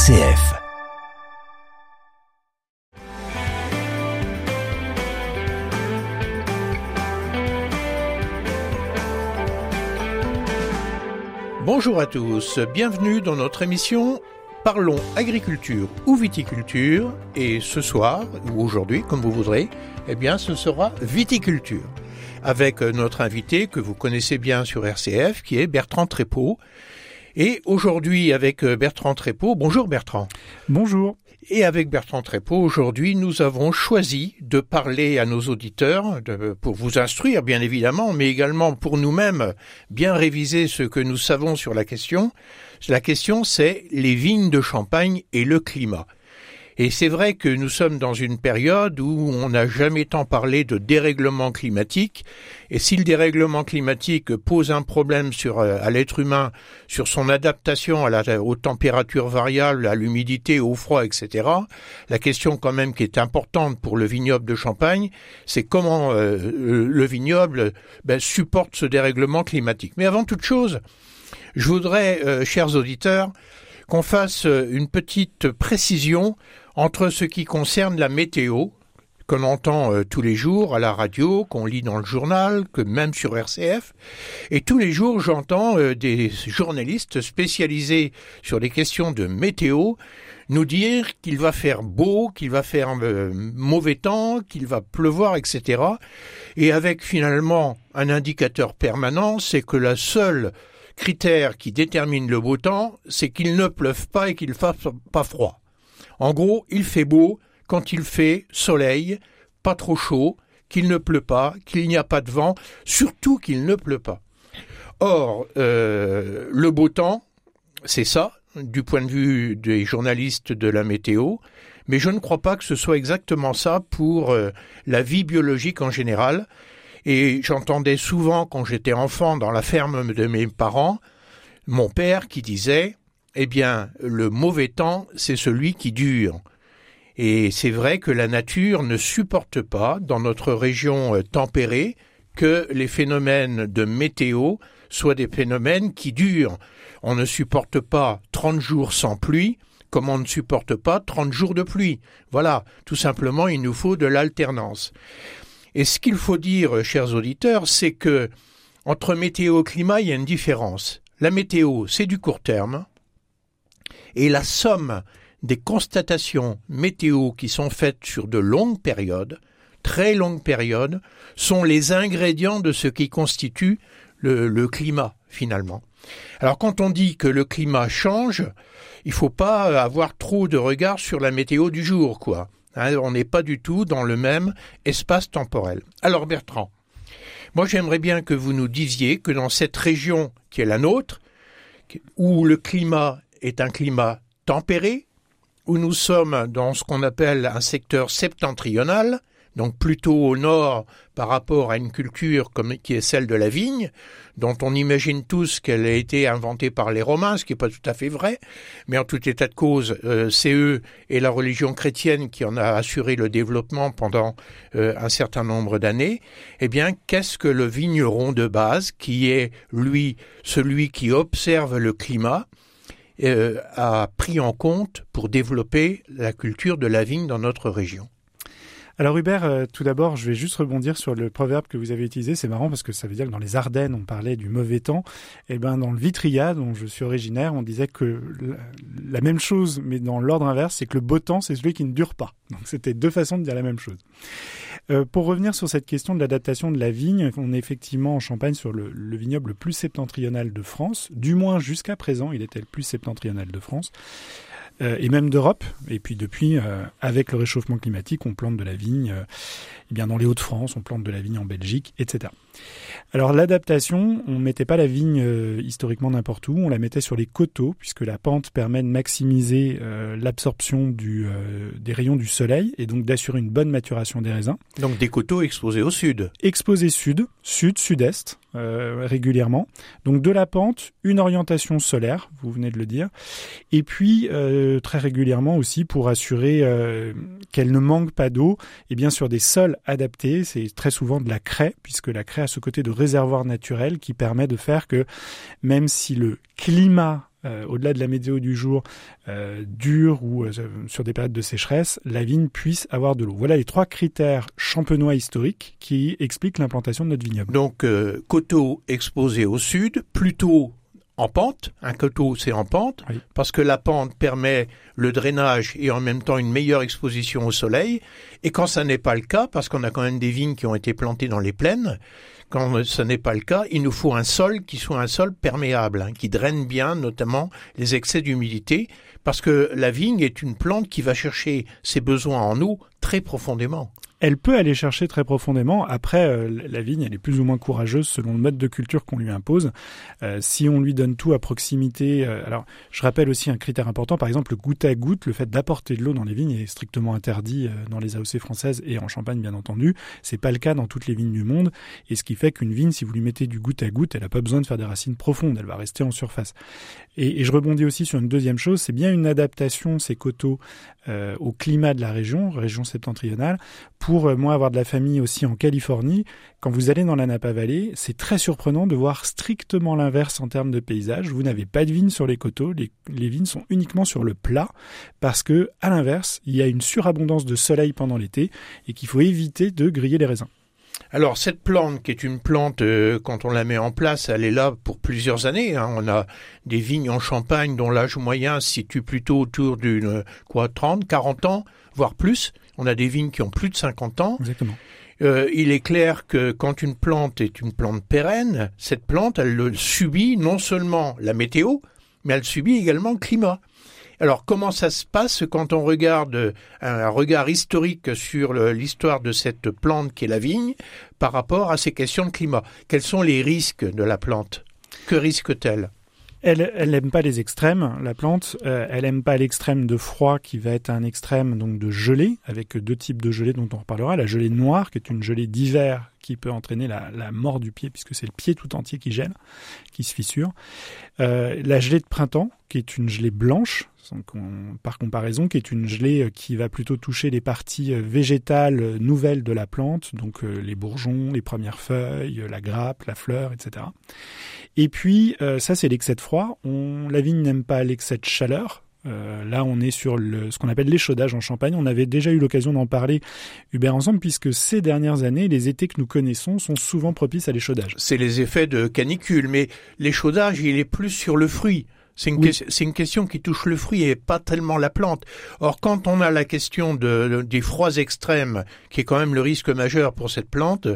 RCF. Bonjour à tous, bienvenue dans notre émission Parlons agriculture ou viticulture, et ce soir, ou aujourd'hui, comme vous voudrez, eh bien ce sera viticulture, avec notre invité que vous connaissez bien sur RCF, qui est Bertrand Trépeau. Et aujourd'hui, avec Bertrand Trépeau, bonjour Bertrand. Bonjour. Et avec Bertrand Trépeau, aujourd'hui, nous avons choisi de parler à nos auditeurs, pour vous instruire bien évidemment, mais également pour nous-mêmes bien réviser ce que nous savons sur la question. La question, c'est les vignes de Champagne et le climat. Et c'est vrai que nous sommes dans une période où on n'a jamais tant parlé de dérèglement climatique. Et si le dérèglement climatique pose un problème à l'être humain, sur son adaptation aux températures variables, à l'humidité, au froid, etc., la question quand même qui est importante pour le vignoble de Champagne, c'est comment le vignoble supporte ce dérèglement climatique. Mais avant toute chose, je voudrais, chers auditeurs, qu'on fasse une petite précision entre ce qui concerne la météo, qu'on entend tous les jours à la radio, qu'on lit dans le journal, que même sur RCF. Et tous les jours, j'entends des journalistes spécialisés sur les questions de météo nous dire qu'il va faire beau, qu'il va faire mauvais temps, qu'il va pleuvoir, etc. Et avec finalement un indicateur permanent, c'est que la seule critère qui détermine le beau temps, c'est qu'il ne pleuve pas et qu'il ne fasse pas froid. En gros, il fait beau quand il fait soleil, pas trop chaud, qu'il ne pleut pas, qu'il n'y a pas de vent, surtout qu'il ne pleut pas. Or, le beau temps, c'est ça, du point de vue des journalistes de la météo, mais je ne crois pas que ce soit exactement ça pour la vie biologique en général. Et j'entendais souvent, quand j'étais enfant, dans la ferme de mes parents, mon père qui disait « Eh bien, le mauvais temps, c'est celui qui dure ». Et c'est vrai que la nature ne supporte pas, dans notre région tempérée, que les phénomènes de météo soient des phénomènes qui durent. On ne supporte pas 30 jours sans pluie, comme on ne supporte pas 30 jours de pluie. Voilà, tout simplement, il nous faut de l'alternance. Et ce qu'il faut dire, chers auditeurs, c'est que entre météo et climat, il y a une différence. La météo, c'est du court terme, et la somme des constatations météo qui sont faites sur de longues périodes, très longues périodes, sont les ingrédients de ce qui constitue le climat, finalement. Alors quand on dit que le climat change, il ne faut pas avoir trop de regard sur la météo du jour, quoi. On n'est pas du tout dans le même espace temporel. Alors Bertrand, moi j'aimerais bien que vous nous disiez que dans cette région qui est la nôtre, où le climat est un climat tempéré, où nous sommes dans ce qu'on appelle un secteur septentrional, donc plutôt au nord par rapport à une culture qui est celle de la vigne, dont on imagine tous qu'elle a été inventée par les Romains, ce qui n'est pas tout à fait vrai, mais en tout état de cause, c'est eux et la religion chrétienne qui en a assuré le développement pendant un certain nombre d'années. Eh bien, qu'est-ce que le vigneron de base, qui est, lui, celui qui observe le climat, a pris en compte pour développer la culture de la vigne dans notre région? Alors Hubert, tout d'abord, je vais juste rebondir sur le proverbe que vous avez utilisé. C'est marrant parce que ça veut dire que dans les Ardennes, on parlait du mauvais temps. Et ben dans le Vitria, dont je suis originaire, on disait que la même chose, mais dans l'ordre inverse, c'est que le beau temps, c'est celui qui ne dure pas. Donc c'était deux façons de dire la même chose. Pour revenir sur cette question de l'adaptation de la vigne, on est effectivement en Champagne sur le vignoble le plus septentrional de France. Du moins jusqu'à présent, il était le plus septentrional de France. Et même d'Europe. Et puis depuis, avec le réchauffement climatique, on plante de la vigne dans les Hauts-de-France, on plante de la vigne en Belgique, etc. Alors l'adaptation, on ne mettait pas la vigne historiquement n'importe où, on la mettait sur les coteaux, puisque la pente permet de maximiser l'absorption des rayons du soleil, et donc d'assurer une bonne maturation des raisins. Donc des coteaux exposés au sud. Exposés sud-est, régulièrement. Donc de la pente, une orientation solaire, vous venez de le dire, et puis très régulièrement aussi pour assurer qu'elle ne manque pas d'eau, et bien sur des sols adaptés, c'est très souvent de la craie, puisque la craie a ce côté de réservoir naturel qui permet de faire que même si le climat au-delà de la météo du jour dure ou sur des périodes de sécheresse, la vigne puisse avoir de l'eau. Voilà les 3 critères champenois historiques qui expliquent l'implantation de notre vignoble. Donc, coteau exposé au sud, plutôt en pente. Un coteau, c'est en pente, oui, parce que la pente permet le drainage et en même temps une meilleure exposition au soleil. Et quand ça n'est pas le cas, parce qu'on a quand même des vignes qui ont été plantées dans les plaines, quand ça n'est pas le cas, il nous faut un sol qui soit un sol perméable, qui draine bien notamment les excès d'humidité, parce que la vigne est une plante qui va chercher ses besoins en eau très profondément. Elle peut aller chercher très profondément. Après, la vigne, elle est plus ou moins courageuse selon le mode de culture qu'on lui impose. Si on lui donne tout à proximité... alors, je rappelle aussi un critère important, par exemple, le goutte à goutte, le fait d'apporter de l'eau dans les vignes est strictement interdit dans les AOC françaises et en Champagne, bien entendu. C'est pas le cas dans toutes les vignes du monde. Et ce qui fait qu'une vigne, si vous lui mettez du goutte à goutte, elle n'a pas besoin de faire des racines profondes. Elle va rester en surface. Et je rebondis aussi sur une deuxième chose. C'est bien une adaptation, ces coteaux, au climat de la région septentrionale. Pour moi avoir de la famille aussi en Californie, quand vous allez dans la Napa Valley, c'est très surprenant de voir strictement l'inverse en termes de paysage. Vous n'avez pas de vignes sur les coteaux, les vignes sont uniquement sur le plat parce que, à l'inverse, il y a une surabondance de soleil pendant l'été et qu'il faut éviter de griller les raisins. Alors, cette plante, qui est une plante, quand on la met en place, elle est là pour plusieurs années. On a des vignes en Champagne dont l'âge moyen se situe plutôt autour d'une 30, 40 ans, voire plus. On a des vignes qui ont plus de 50 ans. Exactement. Il est clair que quand une plante est une plante pérenne, cette plante, elle subit non seulement la météo, mais elle subit également le climat. Alors, comment ça se passe quand on regarde un regard historique sur l'histoire de cette plante qui est la vigne par rapport à ces questions de climat? Quels sont les risques de la plante? Que risque-t-elle? Elle n'aime pas les extrêmes, la plante. Elle n'aime pas l'extrême de froid qui va être un extrême donc de gelée, avec 2 types de gelée dont on reparlera. La gelée noire, qui est une gelée d'hiver qui peut entraîner la mort du pied, puisque c'est le pied tout entier qui gèle, qui se fissure. La gelée de printemps, qui est une gelée blanche, par comparaison, qui est une gelée qui va plutôt toucher les parties végétales nouvelles de la plante, donc les bourgeons, les premières feuilles, la grappe, la fleur, etc. Et puis, ça c'est l'excès de froid. La vigne n'aime pas l'excès de chaleur. Là, on est sur ce qu'on appelle l'échaudage en Champagne. On avait déjà eu l'occasion d'en parler, Hubert, ensemble, puisque ces dernières années, les étés que nous connaissons sont souvent propices à l'échaudage. C'est les effets de canicule, mais l'échaudage, il est plus sur le fruit. C'est une question qui touche le fruit et pas tellement la plante. Or, quand on a la question des froids extrêmes, qui est quand même le risque majeur pour cette plante,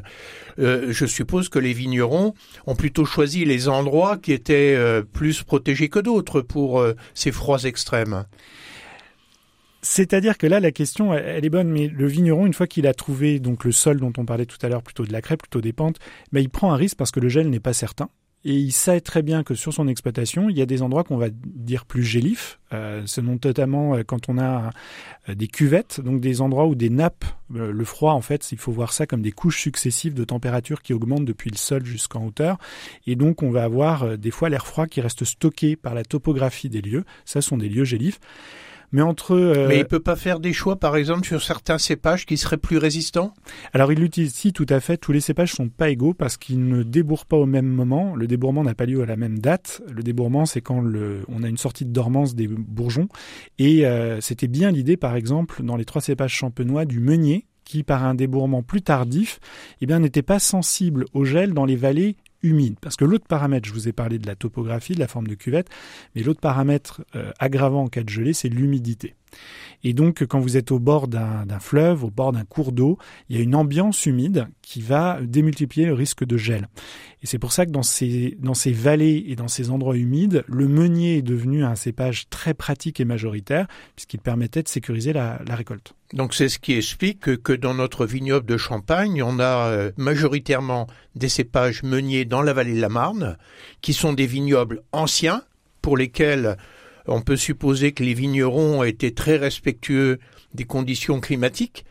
je suppose que les vignerons ont plutôt choisi les endroits qui étaient plus protégés que d'autres pour ces froids extrêmes. C'est-à-dire que là, la question, elle est bonne, mais le vigneron, une fois qu'il a trouvé donc le sol dont on parlait tout à l'heure, plutôt de la crêpe, plutôt des pentes, il prend un risque parce que le gel n'est pas certain. Et il sait très bien que sur son exploitation, il y a des endroits qu'on va dire plus gélifs, notamment quand on a des cuvettes, donc des endroits où des nappes, le froid en fait, il faut voir ça comme des couches successives de température qui augmentent depuis le sol jusqu'en hauteur. Et donc on va avoir des fois l'air froid qui reste stocké par la topographie des lieux. Ça sont des lieux gélifs. Mais il ne peut pas faire des choix, par exemple, sur certains cépages qui seraient plus résistants? Alors, il l'utilise ici, tout à fait. Tous les cépages sont pas égaux parce qu'ils ne débourrent pas au même moment. Le débourrement n'a pas lieu à la même date. Le débourrement, c'est quand on a une sortie de dormance des bourgeons. Et c'était bien l'idée, par exemple, dans les 3 cépages champenois, du meunier, qui, par un débourrement plus tardif, n'était pas sensible au gel dans les vallées humide. Parce que l'autre paramètre, je vous ai parlé de la topographie, de la forme de cuvette, mais l'autre paramètre aggravant en cas de gelée, c'est l'humidité. Et donc, quand vous êtes au bord d'un fleuve, au bord d'un cours d'eau, il y a une ambiance humide qui va démultiplier le risque de gel. Et c'est pour ça que dans ces vallées et dans ces endroits humides, le meunier est devenu un cépage très pratique et majoritaire, puisqu'il permettait de sécuriser la récolte. Donc c'est ce qui explique que dans notre vignoble de Champagne, on a majoritairement des cépages meuniers dans la vallée de la Marne, qui sont des vignobles anciens, pour lesquels on peut supposer que les vignerons étaient très respectueux des conditions climatiques.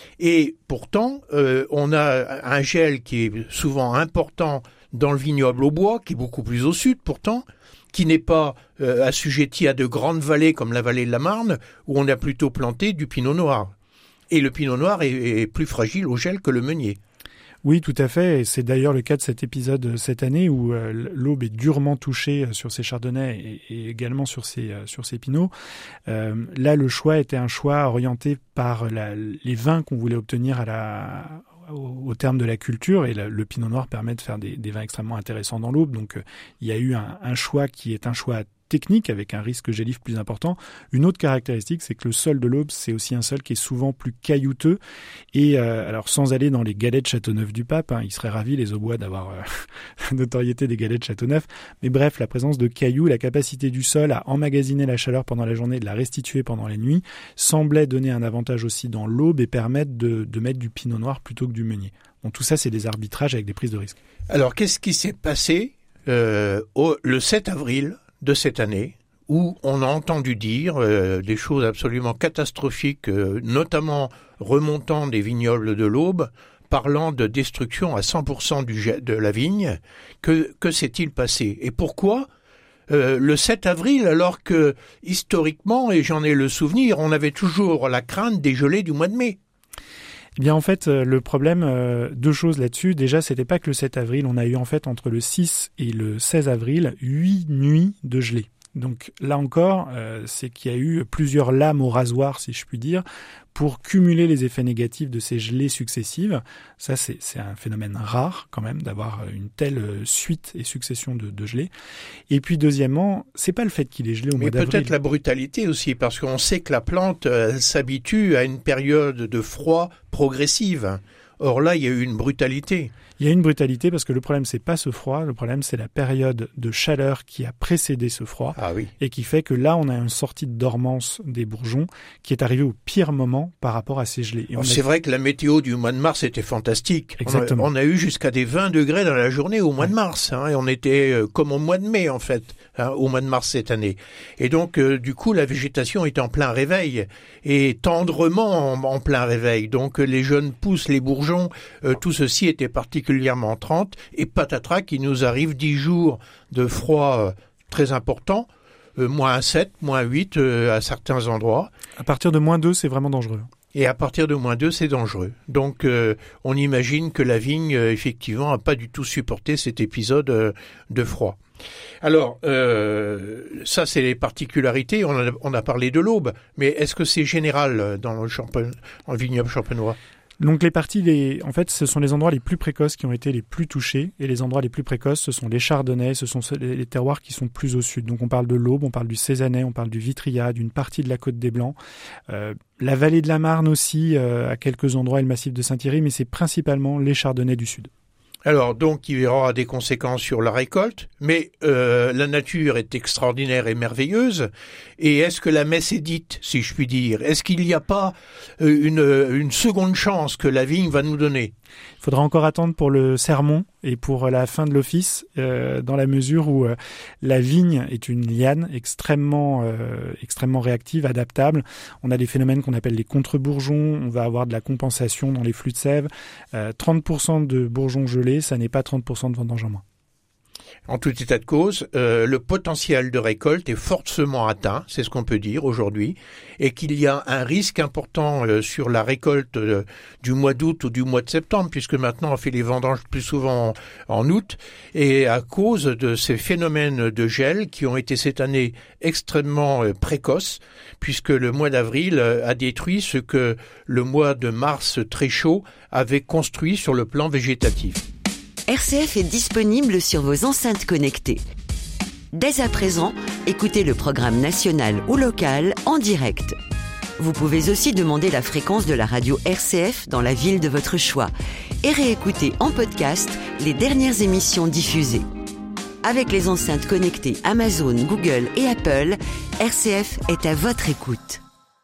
Et pourtant, on a un gel qui est souvent important dans le vignoble au bois, qui est beaucoup plus au sud pourtant, qui n'est pas assujetti à de grandes vallées comme la vallée de la Marne, où on a plutôt planté du pinot noir. Et le pinot noir est plus fragile au gel que le meunier. Oui, tout à fait. Et c'est d'ailleurs le cas de cet épisode cette année où l'Aube est durement touchée sur ses chardonnays et également sur ses pinots. Là, le choix était un choix orienté par les vins qu'on voulait obtenir au terme de la culture, et le pinot noir permet de faire des vins extrêmement intéressants dans l'Aube. Donc il y a eu un choix qui est un choix technique avec un risque gélif plus important. Une autre caractéristique, c'est que le sol de l'Aube, c'est aussi un sol qui est souvent plus caillouteux. Et alors, sans aller dans les galets de Châteauneuf-du-Pape, ils seraient ravis, les Aubois, d'avoir la notoriété des galets de Châteauneuf. Mais bref, la présence de cailloux, la capacité du sol à emmagasiner la chaleur pendant la journée et de la restituer pendant la nuit, semblait donner un avantage aussi dans l'Aube et permettre de mettre du pinot noir plutôt que du meunier. Donc tout ça, c'est des arbitrages avec des prises de risque. Alors, qu'est-ce qui s'est passé le 7 avril de cette année, où on a entendu dire des choses absolument catastrophiques, notamment remontant des vignobles de l'Aube, parlant de destruction à 100% de la vigne? Que s'est-il passé? Et pourquoi le 7 avril, alors que, historiquement, et j'en ai le souvenir, on avait toujours la crainte des gelées du mois de mai? Eh bien, en fait, le problème, deux choses là-dessus. Déjà, c'était pas que le 7 avril. On a eu, en fait, entre le 6 et le 16 avril, 8 nuits de gelée. Donc, là encore, c'est qu'il y a eu plusieurs lames au rasoir, si je puis dire, pour cumuler les effets négatifs de ces gelées successives. Ça, c'est un phénomène rare, quand même, d'avoir une telle suite et succession de gelées. Et puis, deuxièmement, c'est pas le fait qu'il est gelé au mois d'avril. Mais peut-être la brutalité aussi, parce qu'on sait que la plante, elle s'habitue à une période de froid progressive. Or là, il y a eu une brutalité. Il y a une brutalité parce que le problème, c'est pas ce froid. Le problème, c'est la période de chaleur qui a précédé ce froid. Ah oui. Et qui fait que là, on a une sortie de dormance des bourgeons qui est arrivée au pire moment par rapport à ces gelées. C'est vrai que la météo du mois de mars était fantastique. Exactement. On a eu jusqu'à des 20 degrés dans la journée au mois de mars. Et on était comme au mois de mai, en fait, au mois de mars cette année. Et donc, du coup, la végétation est en plein réveil. Et tendrement en plein réveil. Donc, les jeunes pousses, les bourgeons, tout ceci était particulièrement trente, et patatras qui nous arrive 10 jours de froid très important, moins 7, moins 8 à certains endroits. À partir de moins 2, c'est vraiment dangereux. Et à partir de moins 2, c'est dangereux. Donc on imagine que la vigne, effectivement, n'a pas du tout supporté cet épisode de froid. Alors, ça c'est les particularités, on a parlé de l'Aube, mais est-ce que c'est général dans le vignoble champenois ? Donc en fait, ce sont les endroits les plus précoces qui ont été les plus touchés, et les endroits les plus précoces, ce sont les chardonnays, ce sont les terroirs qui sont plus au sud. Donc on parle de l'Aube, on parle du Cézanais, on parle du Vitriat, d'une partie de la Côte des Blancs, la vallée de la Marne aussi, à quelques endroits, et le massif de Saint-Thierry, mais c'est principalement les chardonnays du sud. Alors donc il y aura des conséquences sur la récolte, mais la nature est extraordinaire et merveilleuse. Et est-ce que la messe est dite, si je puis dire? Est-ce qu'il n'y a pas une seconde chance que la vigne va nous donner? Il faudra encore attendre pour le sermon et pour la fin de l'office, dans la mesure où la vigne est une liane extrêmement réactive, adaptable. On a des phénomènes qu'on appelle les contre-bourgeons, on va avoir de la compensation dans les flux de sève. 30% de bourgeons gelés, ça n'est pas 30% de vendanges en moins. En tout état de cause, le potentiel de récolte est fortement atteint, c'est ce qu'on peut dire aujourd'hui, et qu'il y a un risque important sur la récolte du mois d'août ou du mois de septembre, puisque maintenant on fait les vendanges plus souvent en août, et à cause de ces phénomènes de gel qui ont été cette année extrêmement précoces, puisque le mois d'avril a détruit ce que le mois de mars très chaud avait construit sur le plan végétatif. RCF est disponible sur vos enceintes connectées. Dès à présent, écoutez le programme national ou local en direct. Vous pouvez aussi demander la fréquence de la radio RCF dans la ville de votre choix et réécouter en podcast les dernières émissions diffusées. Avec les enceintes connectées Amazon, Google et Apple, RCF est à votre écoute.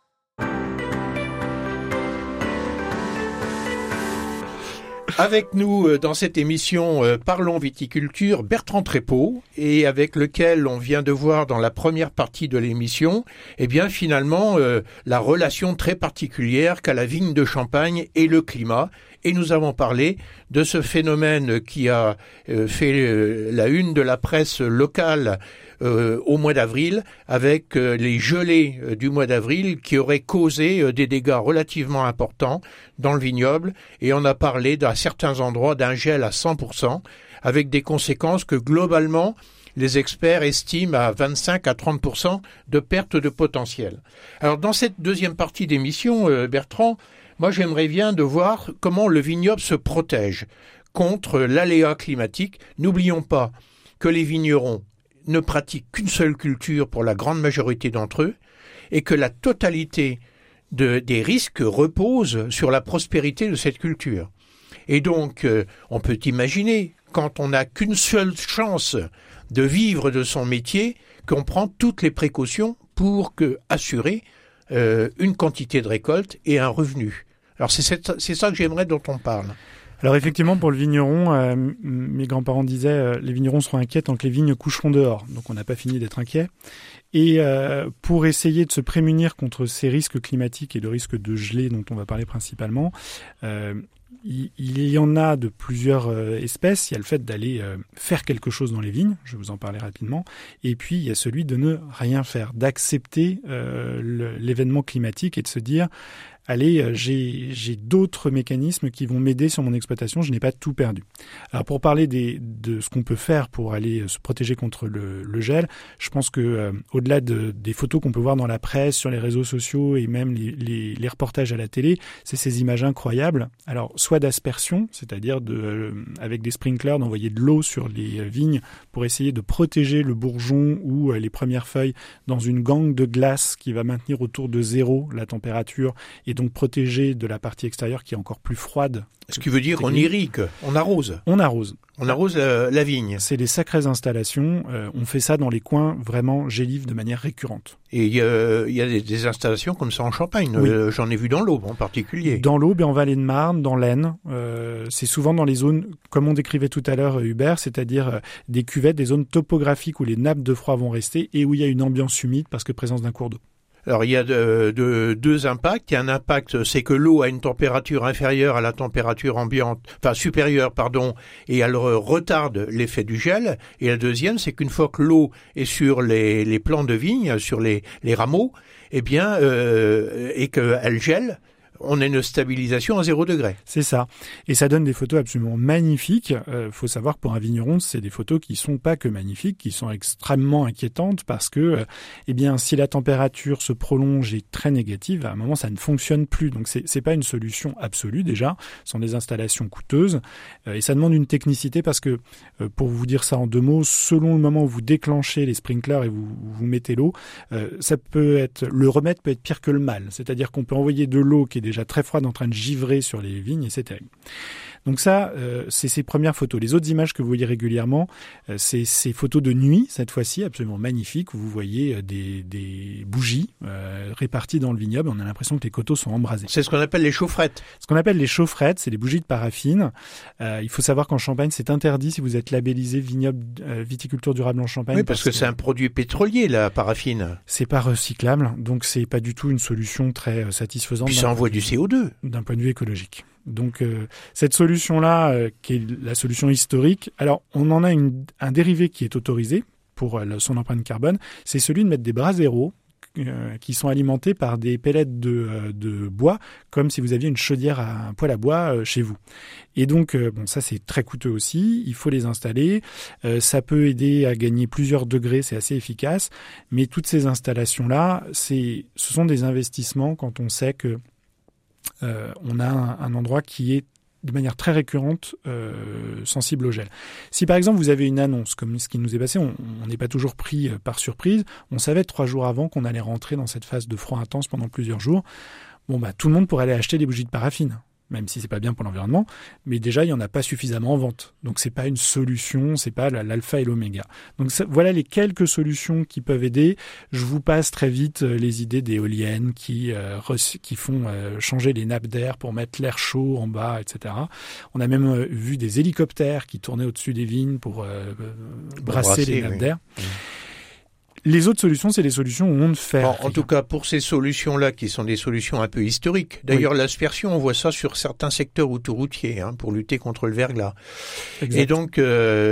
Avec nous dans cette émission Parlons Viticulture, Bertrand Trépeau, et avec lequel on vient de voir dans la première partie de l'émission, eh bien finalement la relation très particulière qu'a la vigne de Champagne et le climat. Et nous avons parlé de ce phénomène qui a fait la une de la presse locale au mois d'avril, avec les gelées du mois d'avril qui auraient causé des dégâts relativement importants dans le vignoble, et on a parlé à certains endroits d'un gel à 100%, avec des conséquences que globalement les experts estiment à 25 à 30% de perte de potentiel. Alors dans cette deuxième partie d'émission, Bertrand, moi j'aimerais bien de voir comment le vignoble se protège contre l'aléa climatique. N'oublions pas que les vignerons ne pratiquent qu'une seule culture pour la grande majorité d'entre eux, et que la totalité des risques repose sur la prospérité de cette culture. Et donc, on peut imaginer, quand on n'a qu'une seule chance de vivre de son métier, qu'on prend toutes les précautions pour assurer une quantité de récolte et un revenu. Alors c'est ça que j'aimerais dont on parle. Alors effectivement, pour le vigneron, mes grands-parents disaient les vignerons seront inquiets tant que les vignes coucheront dehors. Donc on n'a pas fini d'être inquiets. Et pour essayer de se prémunir contre ces risques climatiques et le risque de gelée dont on va parler principalement, il y en a de plusieurs espèces. Il y a le fait d'aller faire quelque chose dans les vignes, je vais vous en parler rapidement. Et puis il y a celui de ne rien faire, d'accepter l'événement climatique et de se dire allez, j'ai d'autres mécanismes qui vont m'aider sur mon exploitation, je n'ai pas tout perdu. Alors pour parler de ce qu'on peut faire pour aller se protéger contre le gel, je pense que au-delà des photos qu'on peut voir dans la presse, sur les réseaux sociaux et même les reportages à la télé, c'est ces images incroyables. Alors soit d'aspersion, c'est-à-dire avec des sprinklers d'envoyer de l'eau sur les vignes pour essayer de protéger le bourgeon ou les premières feuilles dans une gangue de glace qui va maintenir autour de 0 la température et donc protéger de la partie extérieure qui est encore plus froide. Ce qui veut dire qu'on irrigue, on arrose. On arrose. On arrose la vigne. C'est des sacrées installations. On fait ça dans les coins vraiment gélives de manière récurrente. Et il y a des installations comme ça en Champagne. Oui. J'en ai vu dans l'Aube en particulier. Dans l'Aube et en Vallée de Marne, dans l'Aisne. C'est souvent dans les zones, comme on décrivait tout à l'heure Hubert, c'est-à-dire des cuvettes, des zones topographiques où les nappes de froid vont rester et où il y a une ambiance humide parce que présence d'un cours d'eau. Alors il y a deux impacts. Il y a un impact, c'est que l'eau a une température inférieure à la température ambiante, enfin supérieure, pardon, et elle retarde l'effet du gel. Et la deuxième, c'est qu'une fois que l'eau est sur les plants de vigne, sur les rameaux, eh bien, et qu'elle gèle, on a une stabilisation à 0 degré. C'est ça. Et ça donne des photos absolument magnifiques. Faut savoir que pour un vigneron, c'est des photos qui sont pas que magnifiques, qui sont extrêmement inquiétantes parce que, eh bien, si la température se prolonge et est très négative, à un moment, ça ne fonctionne plus. Donc, c'est pas une solution absolue, déjà. Ce sont des installations coûteuses. Et ça demande une technicité parce que, pour vous dire ça en 2 mots, selon le moment où vous déclenchez les sprinklers et vous mettez l'eau, le remède peut être pire que le mal. C'est-à-dire qu'on peut envoyer de l'eau qui est déjà très froide en train de givrer sur les vignes et c'est terrible. Donc ça, c'est ces premières photos. Les autres images que vous voyez régulièrement, c'est ces photos de nuit, cette fois-ci, absolument magnifiques, où vous voyez des bougies réparties dans le vignoble. On a l'impression que les coteaux sont embrasés. C'est ce qu'on appelle les chaufferettes. Ce qu'on appelle les chaufferettes, c'est les bougies de paraffine. Il faut savoir qu'en Champagne, c'est interdit si vous êtes labellisé vignoble viticulture durable en Champagne. Oui, parce que c'est un produit pétrolier, la paraffine. C'est pas recyclable, donc c'est pas du tout une solution très satisfaisante. Puis ça envoie du CO2. D'un point de vue écologique. Donc cette solution-là, qui est la solution historique, alors on en a un dérivé qui est autorisé pour son empreinte carbone, c'est celui de mettre des braseros qui sont alimentés par des pellets de bois, comme si vous aviez une chaudière un poêle à bois chez vous. Et donc, ça c'est très coûteux aussi, il faut les installer, ça peut aider à gagner plusieurs degrés, c'est assez efficace, mais toutes ces installations-là, ce sont des investissements quand on sait que on a un endroit qui est de manière très récurrente sensible au gel. Si par exemple vous avez une annonce, comme ce qui nous est passé, on n'est pas toujours pris par surprise, on savait 3 jours avant qu'on allait rentrer dans cette phase de froid intense pendant plusieurs jours, tout le monde pourrait aller acheter des bougies de paraffine, même si c'est pas bien pour l'environnement, mais déjà il y en a pas suffisamment en vente. Donc c'est pas une solution, c'est pas l'alpha et l'oméga. Donc voilà les quelques solutions qui peuvent aider. Je vous passe très vite les idées d'éoliennes qui font changer les nappes d'air pour mettre l'air chaud en bas, etc. On a même vu des hélicoptères qui tournaient au-dessus des vignes pour brasser les nappes d'air. Les autres solutions, c'est les solutions où on ne fait rien. En tout cas, pour ces solutions-là, qui sont des solutions un peu historiques. D'ailleurs, l'aspersion, on voit ça sur certains secteurs autoroutiers, pour lutter contre le verglas. Exact. Et donc,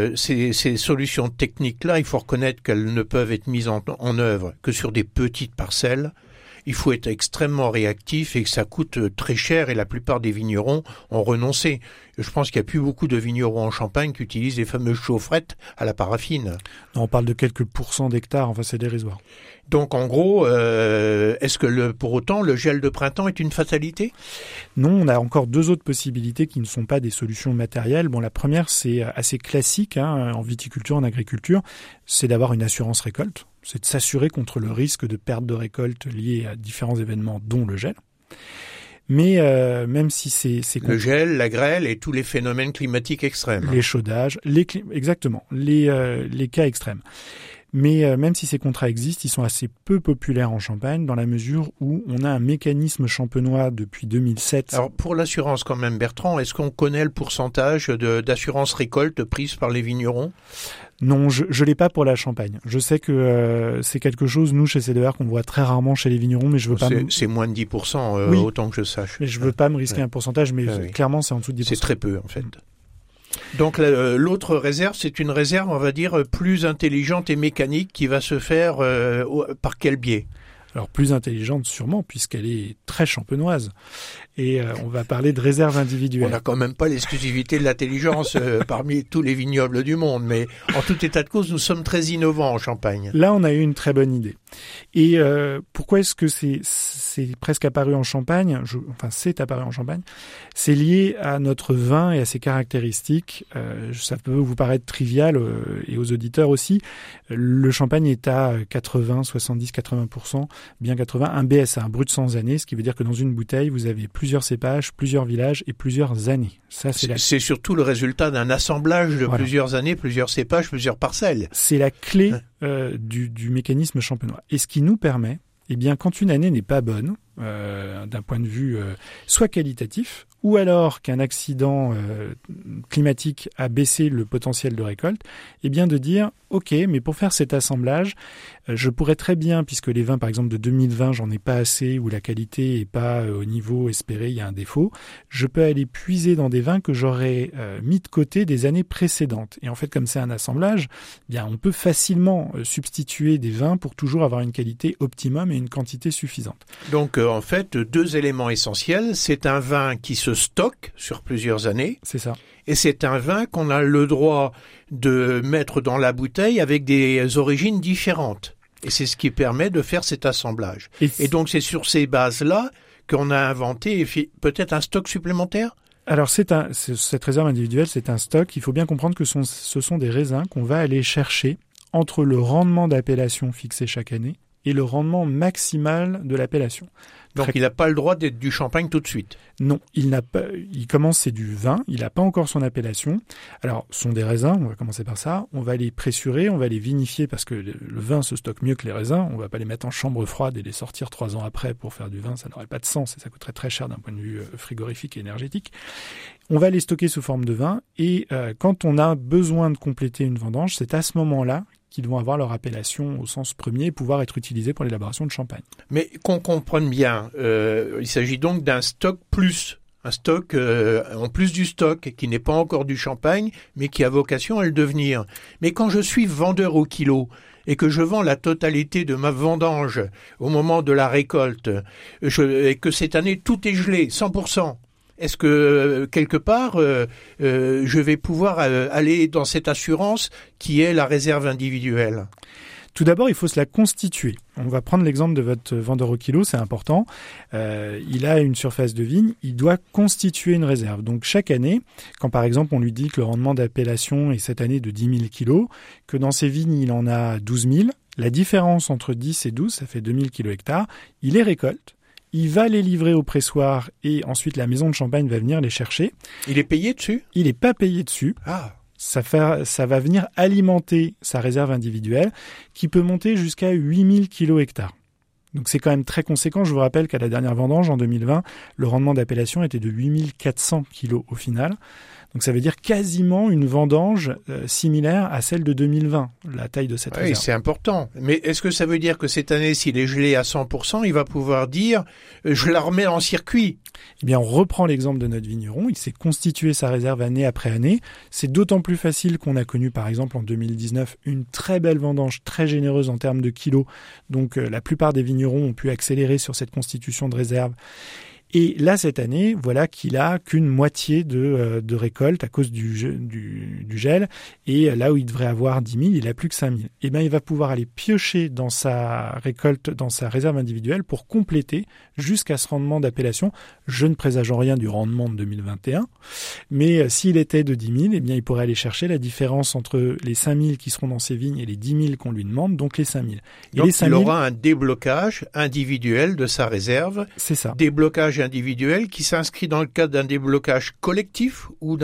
ces solutions techniques-là, il faut reconnaître qu'elles ne peuvent être mises en œuvre que sur des petites parcelles. Il faut être extrêmement réactif et que ça coûte très cher et la plupart des vignerons ont renoncé. Je pense qu'il n'y a plus beaucoup de vignerons en Champagne qui utilisent les fameuses chaufferettes à la paraffine. Non, on parle de quelques pourcents d'hectares, enfin c'est dérisoire. Donc en gros, est-ce que pour autant le gel de printemps est une fatalité ? Non, on a encore deux autres possibilités qui ne sont pas des solutions matérielles. Bon, la première, c'est assez classique en viticulture, en agriculture, c'est d'avoir une assurance récolte. C'est de s'assurer contre le risque de perte de récolte lié à différents événements, dont le gel. Mais même si c'est le gel, la grêle et tous les phénomènes climatiques extrêmes. Les chaudages, exactement, les cas extrêmes. Mais même si ces contrats existent, ils sont assez peu populaires en Champagne dans la mesure où on a un mécanisme champenois depuis 2007. Alors pour l'assurance quand même, Bertrand, est-ce qu'on connaît le pourcentage d'assurance récolte prise par les vignerons ? Non, je l'ai pas pour la Champagne. Je sais que c'est quelque chose, nous, chez CDR, qu'on voit très rarement chez les vignerons, mais je veux pas... C'est moins de 10%, oui, autant que je sache. Mais je veux pas me risquer un pourcentage, mais clairement, c'est en dessous de 10%. C'est très peu, en fait. Donc l'autre réserve, c'est une réserve, on va dire, plus intelligente et mécanique qui va se faire par quel biais ? Alors plus intelligente sûrement, puisqu'elle est très champenoise. Et on va parler de réserve individuelle. On n'a quand même pas l'exclusivité de l'intelligence parmi tous les vignobles du monde, mais en tout état de cause, nous sommes très innovants en Champagne. Là, on a eu une très bonne idée. Et pourquoi est-ce que c'est presque apparu en Champagne ? C'est apparu en Champagne. C'est lié à notre vin et à ses caractéristiques. Ça peut vous paraître trivial et aux auditeurs aussi. Le Champagne est à 80, 70, 80%, bien 80, un BSA, un brut sans année, ce qui veut dire que dans une bouteille, vous avez plusieurs cépages, plusieurs villages et plusieurs années. Ça, c'est surtout le résultat d'un assemblage de plusieurs années, plusieurs cépages, plusieurs parcelles. C'est la clé du mécanisme champenois. Et ce qui nous permet, quand une année n'est pas bonne, d'un point de vue soit qualitatif, ou alors qu'un accident climatique a baissé le potentiel de récolte, de dire ok, mais pour faire cet assemblage, je pourrais très bien, puisque les vins par exemple de 2020, j'en ai pas assez, ou la qualité est pas au niveau espéré, il y a un défaut, je peux aller puiser dans des vins que j'aurais mis de côté des années précédentes. Et en fait, comme c'est un assemblage, on peut facilement substituer des vins pour toujours avoir une qualité optimum et une quantité suffisante. Donc en fait, deux éléments essentiels, c'est un vin qui se stocke sur plusieurs années. C'est ça. Et c'est un vin qu'on a le droit de mettre dans la bouteille avec des origines différentes. Et c'est ce qui permet de faire cet assemblage. Et donc c'est sur ces bases-là qu'on a inventé peut-être un stock supplémentaire ? Alors cette réserve individuelle, c'est un stock. Il faut bien comprendre que ce sont des raisins qu'on va aller chercher entre le rendement d'appellation fixé chaque année et le rendement maximal de l'appellation. Donc il n'a pas le droit d'être du champagne tout de suite. Non, il n'a pas. Il commence, c'est du vin. Il n'a pas encore son appellation. Alors, ce sont des raisins. On va commencer par ça. On va les pressurer, on va les vinifier parce que le vin se stocke mieux que les raisins. On va pas les mettre en chambre froide et les sortir 3 ans après pour faire du vin. Ça n'aurait pas de sens et ça coûterait très cher d'un point de vue frigorifique et énergétique. On va les stocker sous forme de vin et quand on a besoin de compléter une vendange, c'est à ce moment-là qu'ils vont avoir leur appellation au sens premier et pouvoir être utilisés pour l'élaboration de champagne. Mais qu'on comprenne bien, il s'agit donc d'un stock plus, un stock en plus du stock qui n'est pas encore du champagne, mais qui a vocation à le devenir. Mais quand je suis vendeur au kilo et que je vends la totalité de ma vendange au moment de la récolte, et que cette année tout est gelé, 100%, est-ce que, quelque part, je vais pouvoir aller dans cette assurance qui est la réserve individuelle ? Tout d'abord, il faut se la constituer. On va prendre l'exemple de votre vendeur au kilo, c'est important. Il a une surface de vigne, il doit constituer une réserve. Donc chaque année, quand par exemple on lui dit que le rendement d'appellation est cette année de 10 000 kilos, que dans ses vignes il en a 12 000, la différence entre 10 et 12, ça fait 2000 kilos hectares, il les récolte. Il va les livrer au pressoir et ensuite la maison de champagne va venir les chercher. Il est payé dessus ? Il n'est pas payé dessus. Ah. Ça va venir alimenter sa réserve individuelle qui peut monter jusqu'à 8000 kilos hectares. Donc c'est quand même très conséquent. Je vous rappelle qu'à la dernière vendange en 2020, le rendement d'appellation était de 8400 kilos au final. Donc ça veut dire quasiment une vendange similaire à celle de 2020, la taille de cette réserve. Oui, c'est important. Mais est-ce que ça veut dire que cette année, s'il est gelé à 100%, il va pouvoir dire « je la remets en circuit » ? Eh bien, on reprend l'exemple de notre vigneron. Il s'est constitué sa réserve année après année. C'est d'autant plus facile qu'on a connu, par exemple, en 2019, une très belle vendange, très généreuse en termes de kilos. Donc, la plupart des vignerons ont pu accélérer sur cette constitution de réserve. Et là, cette année, voilà qu'il a qu'une moitié de récolte à cause du gel. Et là où il devrait avoir 10 000, il a plus que 5 000. Eh bien, il va pouvoir aller piocher dans sa récolte, dans sa réserve individuelle pour compléter jusqu'à ce rendement d'appellation. Je ne présage en rien du rendement de 2021. Mais s'il était de 10 000, eh bien, il pourrait aller chercher la différence entre les 5 000 qui seront dans ses vignes et les 10 000 qu'on lui demande, donc les 5 000. Et donc, les 5 000, il aura un déblocage individuel de sa réserve. C'est ça. Déblocage individuel qui s'inscrit dans le cadre d'un déblocage collectif ou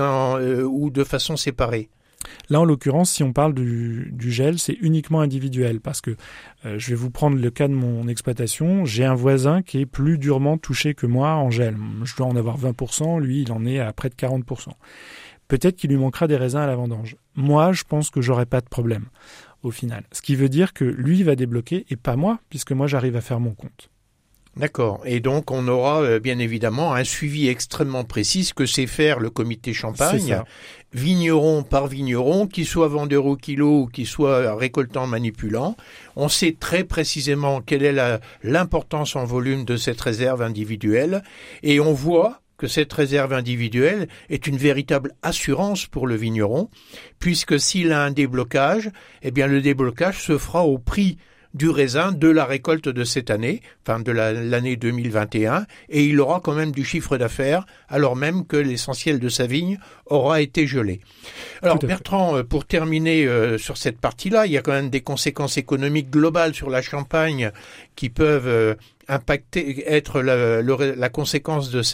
de façon séparée? Là, en l'occurrence, si on parle du gel, c'est uniquement individuel parce que je vais vous prendre le cas de mon exploitation. J'ai un voisin qui est plus durement touché que moi en gel. Je dois en avoir 20%, lui, il en est à près de 40%. Peut-être qu'il lui manquera des raisins à la vendange. Moi, je pense que j'aurai pas de problème au final. Ce qui veut dire que lui va débloquer et pas moi, puisque moi, j'arrive à faire mon compte. D'accord. Et donc, on aura bien évidemment un suivi extrêmement précis, ce que sait faire le comité Champagne, vigneron par vigneron, qu'il soit vendeur au kilo ou qu'il soit récoltant manipulant. On sait très précisément quelle est l'importance en volume de cette réserve individuelle et on voit que cette réserve individuelle est une véritable assurance pour le vigneron, puisque s'il a un déblocage, eh bien le déblocage se fera au prix du raisin de la récolte de cette année, enfin de l'année 2021, et il aura quand même du chiffre d'affaires, alors même que l'essentiel de sa vigne aura été gelé. Alors Bertrand, pour terminer sur cette partie-là, il y a quand même des conséquences économiques globales sur la Champagne qui peuvent être la conséquence de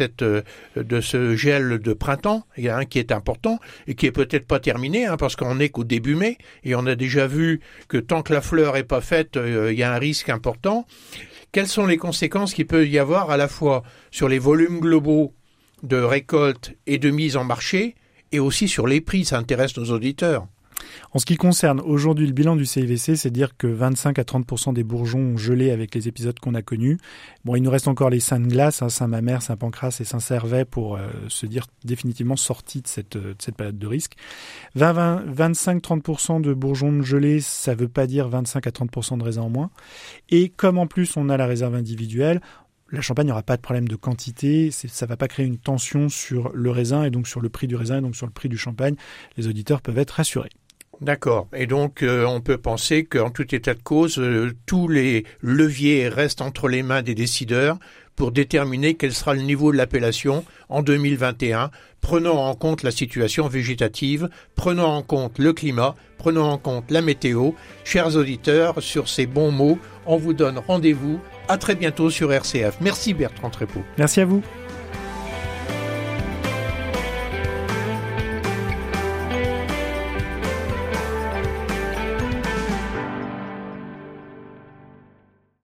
ce gel de printemps, qui est important et qui est peut-être pas terminé, parce qu'on n'est qu'au début mai et on a déjà vu que tant que la fleur est pas faite, il y a un risque important. Quelles sont les conséquences qu'il peut y avoir à la fois sur les volumes globaux de récolte et de mise en marché et aussi sur les prix? Ça intéresse nos auditeurs. En ce qui concerne aujourd'hui le bilan du CIVC, c'est dire que 25 à 30% des bourgeons ont gelé avec les épisodes qu'on a connus. Bon, il nous reste encore les saints de glace, Saint-Mamère, Saint-Pancras et Saint-Servais pour se dire définitivement sortis de cette période de risque. 25-30% de bourgeons gelés, ça veut pas dire 25 à 30% de raisins en moins. Et comme en plus on a la réserve individuelle, la Champagne n'aura pas de problème de quantité, ça va pas créer une tension sur le raisin et donc sur le prix du raisin et donc sur le prix du champagne. Les auditeurs peuvent être rassurés. D'accord. Et donc, on peut penser qu'en tout état de cause, tous les leviers restent entre les mains des décideurs pour déterminer quel sera le niveau de l'appellation en 2021, prenant en compte la situation végétative, prenant en compte le climat, prenant en compte la météo. Chers auditeurs, sur ces bons mots, on vous donne rendez-vous. À très bientôt sur RCF. Merci Bertrand Trépeau. Merci à vous.